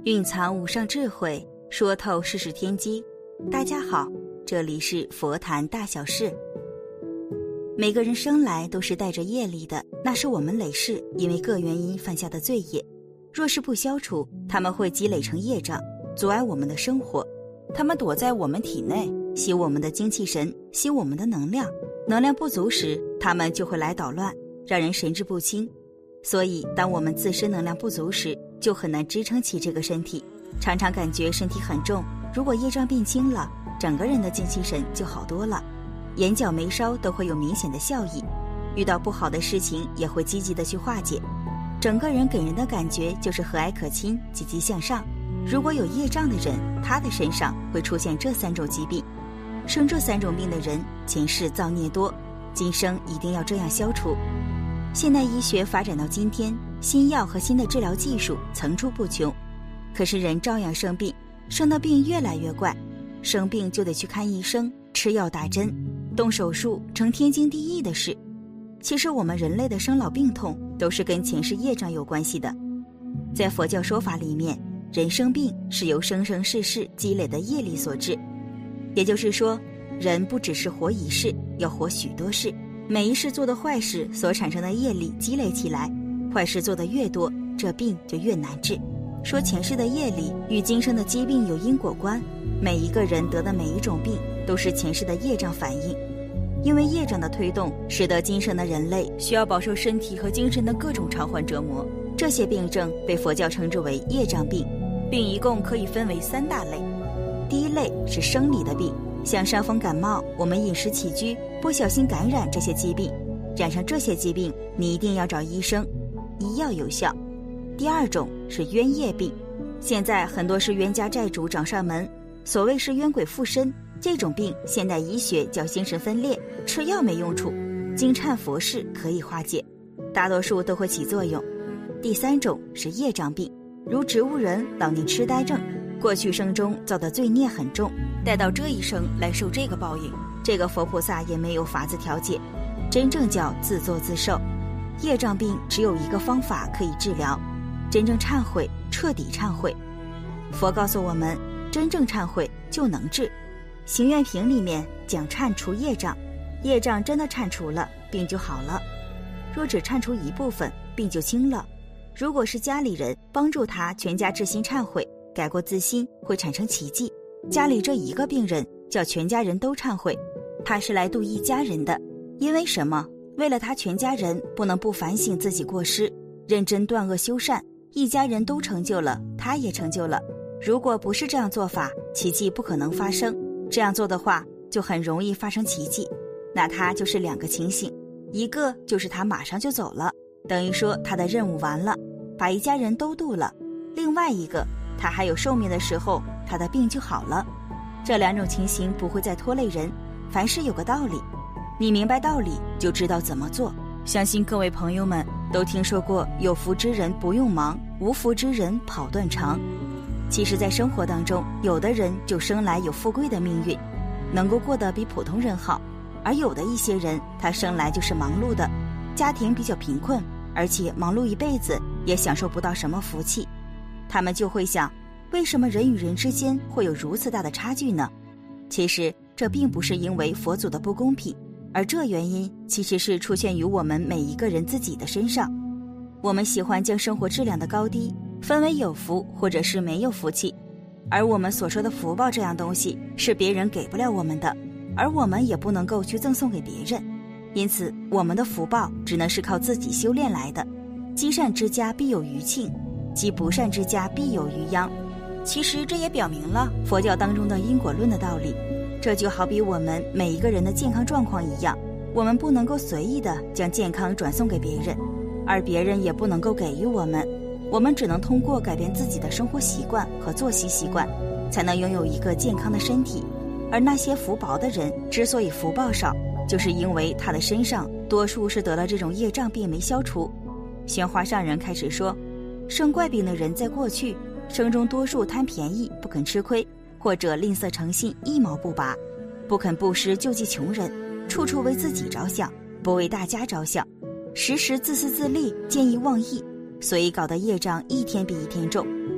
蕴藏无上智慧，说透世事天机。大家好，这里是佛谈大小事。每个人生来都是带着业力的，那是我们累世因为各原因犯下的罪业。若是不消除，他们会积累成业障，阻碍我们的生活。他们躲在我们体内，吸我们的精气神，吸我们的能量。能量不足时，他们就会来捣乱，让人神志不清。所以当我们自身能量不足时，就很难支撑起这个身体，常常感觉身体很重。如果业障变轻了，整个人的精气神就好多了，眼角眉梢都会有明显的效益，遇到不好的事情也会积极的去化解，整个人给人的感觉就是和蔼可亲，积极向上。如果有业障的人，他的身上会出现这3种疾病。生这3种病的人，前世造孽多，今生一定要这样消除。现代医学发展到今天，新药和新的治疗技术层出不穷，可是人照样生病，生的病越来越怪，生病就得去看医生，吃药打针，动手术成天经地义的事。其实我们人类的生老病痛都是跟前世业障有关系的。在佛教说法里面，人生病是由生生世世积累的业力所致。也就是说，人不只是活一世，要活许多世。每一世做的坏事所产生的业力积累起来，坏事做得越多，这病就越难治。说前世的业力与今生的疾病有因果关，每一个人得的每一种病都是前世的业障反应。因为业障的推动，使得今生的人类需要饱受身体和精神的各种偿还折磨。这些病症被佛教称之为业障病，并一共可以分为3大类。第一类是生理的病，像伤风感冒，我们饮食起居不小心感染这些疾病，染上这些疾病，你一定要找医生，医药有效。第二种是冤业病，现在很多是冤家债主找上门，所谓是冤鬼附身，这种病现代医学叫精神分裂，吃药没用处，经忏佛事可以化解，大多数都会起作用。第3种是业障病，如植物人、老年痴呆症，过去生中造的罪孽很重，带到这一生来受这个报应，这个佛菩萨也没有法子调解，真正叫自作自受。业障病只有一个方法可以治疗，真正忏悔，彻底忏悔。佛告诉我们，真正忏悔就能治。行愿品里面讲忏除业障，业障真的忏除了，病就好了。若只忏除一部分，病就轻了。如果是家里人帮助他全家至心忏悔，改过自新，会产生奇迹。家里这一个病人叫全家人都忏悔，他是来度一家人的。因为什么？为了他全家人不能不反省自己过失，认真断恶修善，一家人都成就了，他也成就了。如果不是这样做法，奇迹不可能发生。这样做的话，就很容易发生奇迹。那他就是2个情形，一个就是他马上就走了，等于说他的任务完了，把一家人都度了。另外一个，他还有寿命的时候，他的病就好了。这2种情形不会再拖累人，凡事有个道理，你明白道理就知道怎么做。相信各位朋友们都听说过有福之人不用忙，无福之人跑断肠。其实在生活当中，有的人就生来有富贵的命运，能够过得比普通人好，而有的一些人他生来就是忙碌的，家庭比较贫困，而且忙碌一辈子也享受不到什么福气。他们就会想，为什么人与人之间会有如此大的差距呢？其实这并不是因为佛祖的不公平，而这原因其实是出现于我们每一个人自己的身上。我们喜欢将生活质量的高低分为有福或者是没有福气，而我们所说的福报这样东西是别人给不了我们的，而我们也不能够去赠送给别人，因此我们的福报只能是靠自己修炼来的。积善之家必有余庆，积不善之家必有余殃。其实这也表明了佛教当中的因果论的道理。这就好比我们每一个人的健康状况一样，我们不能够随意的将健康转送给别人，而别人也不能够给予我们，我们只能通过改变自己的生活习惯和作息习惯，才能拥有一个健康的身体。而那些福薄的人之所以福报少，就是因为他的身上多数是得了这种业障病没消除。宣化上人开始说，生怪病的人在过去生中多数贪便宜，不肯吃亏，或者吝啬诚信，一毛不拔，不肯布施救济穷人，处处为自己着想，不为大家着想，时时自私自利，见义忘义，所以搞得业障一天比一天重。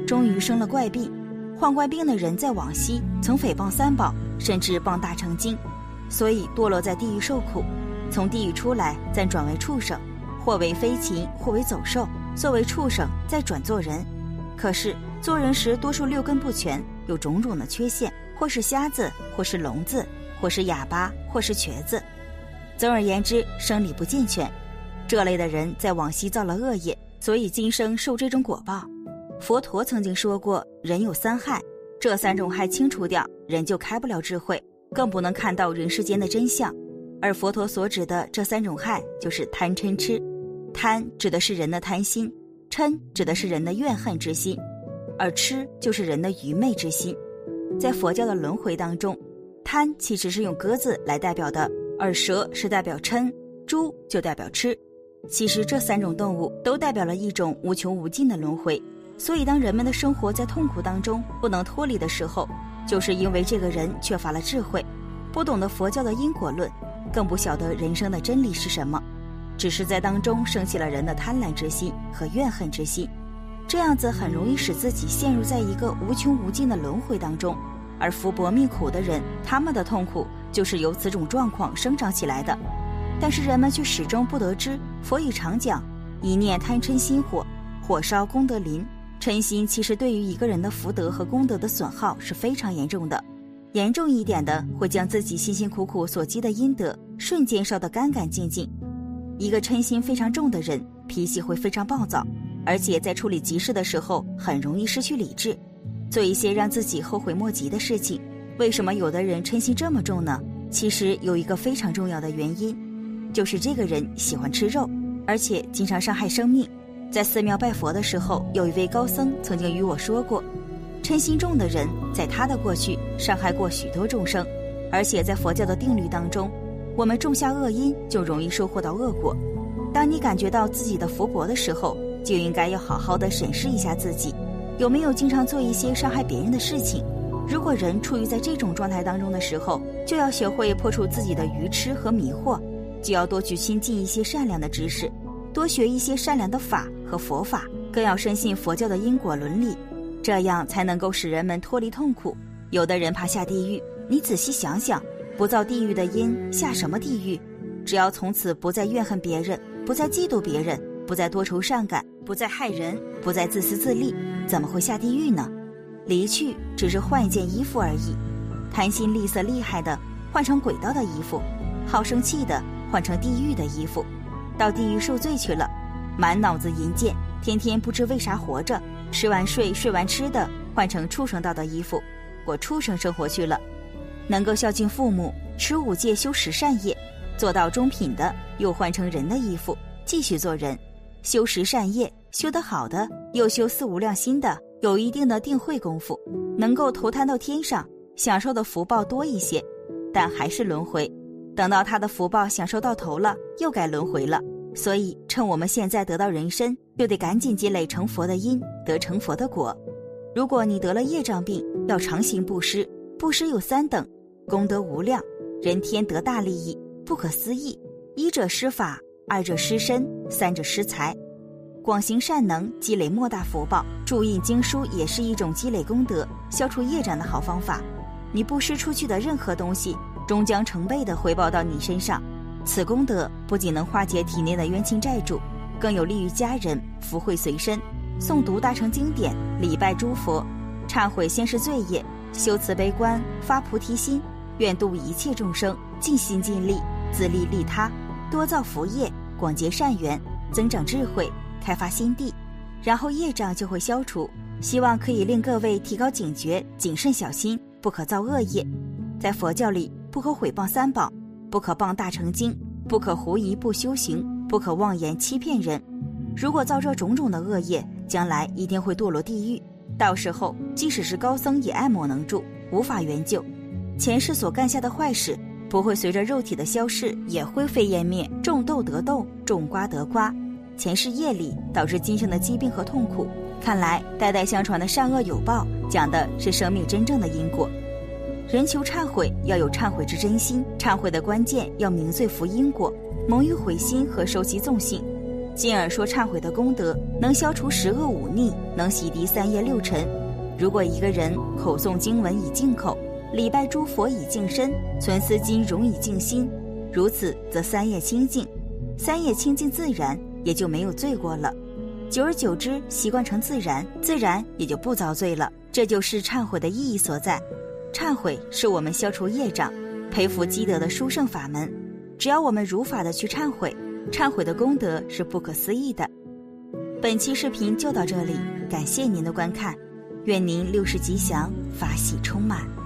终于生了怪病。患怪病的人在往昔曾诽谤三宝，甚至谤大乘经，所以堕落在地狱受苦。从地狱出来，再转为畜生，或为飞禽，或为走兽，作为畜生再转做人。可是做人时多数六根不全，有种种的缺陷，或是瞎子，或是聋子，或是哑巴，或是瘸子。总而言之，生理不健全。这类的人在往昔造了恶业，所以今生受这种果报。佛陀曾经说过，人有三害，这三种害清除掉，人就开不了智慧，更不能看到人世间的真相。而佛陀所指的这三种害，就是贪嗔痴。贪指的是人的贪心，嗔指的是人的怨恨之心，而痴就是人的愚昧之心。在佛教的轮回当中，贪其实是用鸽子来代表的，而蛇是代表嗔，猪就代表痴。其实这三种动物都代表了一种无穷无尽的轮回。所以当人们的生活在痛苦当中不能脱离的时候，就是因为这个人缺乏了智慧，不懂得佛教的因果论，更不晓得人生的真理是什么，只是在当中升起了人的贪婪之心和怨恨之心，这样子很容易使自己陷入在一个无穷无尽的轮回当中。而福薄命苦的人，他们的痛苦就是由此种状况生长起来的。但是人们却始终不得知，佛语常讲，一念贪嗔心火，火烧功德林。嗔心其实对于一个人的福德和功德的损耗是非常严重的，严重一点的会将自己辛辛苦苦所积的阴德瞬间烧得干干净净。一个嗔心非常重的人，脾气会非常暴躁，而且在处理急事的时候很容易失去理智，做一些让自己后悔莫及的事情。为什么有的人嗔心这么重呢？其实有一个非常重要的原因，就是这个人喜欢吃肉，而且经常伤害生命。在寺庙拜佛的时候，有一位高僧曾经与我说过，嗔心重的人在他的过去伤害过许多众生，而且在佛教的定律当中，我们种下恶因就容易收获到恶果。当你感觉到自己的福薄的时候，就应该要好好的审视一下自己，有没有经常做一些伤害别人的事情。如果人处于在这种状态当中的时候，就要学会破除自己的愚痴和迷惑，就要多去亲近一些善良的知识，多学一些善良的法和佛法，更要深信佛教的因果伦理，这样才能够使人们脱离痛苦。有的人怕下地狱，你仔细想想，不造地狱的因，下什么地狱？只要从此不再怨恨别人，不再嫉妒别人，不再多愁善感，不再害人，不再自私自利，怎么会下地狱呢？离去只是换一件衣服而已，贪心吝啬厉害的换成鬼道的衣服，好生气的换成地狱的衣服，到地狱受罪去了。满脑子淫贱，天天不知为啥活着，吃完睡，睡完吃的，换成畜生道的衣服，过畜生生活去了。能够孝敬父母，持五戒，修十善业，做到中品的，又换成人的衣服，继续做人。修十善业，修得好的，又修四无量心的，有一定的定慧功夫，能够投胎到天上，享受的福报多一些，但还是轮回。等到他的福报享受到头了，又该轮回了。所以趁我们现在得到人身，就得赶紧积累成佛的因，得成佛的果。如果你得了业障病，要常行布施。布施有三等，功德无量，人天得大利益，不可思议。一者施法，二者施身，三者施财。广行善能，积累莫大福报。注印经书也是一种积累功德、消除业障的好方法。你布施出去的任何东西，终将成倍地回报到你身上。此功德不仅能化解体内的冤亲债主，更有利于家人，福慧随身。诵读大乘经典，礼拜诸佛，忏悔先世罪业，修慈悲观，发菩提心，愿度一切众生，尽心尽力，自利利他，多造福业，广结善缘，增长智慧，开发心地，然后业障就会消除。希望可以令各位提高警觉，谨慎小心，不可造恶业。在佛教里，不可毁谤三宝，不可谤大乘经，不可狐疑不修行，不可妄言欺骗人。如果造这种种的恶业，将来一定会堕落地狱，到时候即使是高僧也爱莫能助，无法援救。前世所干下的坏事，不会随着肉体的消逝也灰飞烟灭，种豆得豆，种瓜得瓜。前世业力导致今生的疾病和痛苦，看来代代相传的善恶有报，讲的是生命真正的因果。人求忏悔，要有忏悔之真心，忏悔的关键要明罪服因果，蒙于悔心和收其纵性。 进而说忏悔的功德能消除10恶5逆，能洗涤3业6尘。如果一个人口诵经文以净口，礼拜诸佛以净身，存思金容以净心，如此则3业清净，3业清净自然，也就没有罪过了。久而久之，习惯成自然，自然也就不遭罪了。这就是忏悔的意义所在。忏悔是我们消除业障、培福积德的殊胜法门。只要我们如法的去忏悔，忏悔的功德是不可思议的。本期视频就到这里，感谢您的观看，愿您六世吉祥，法喜充满。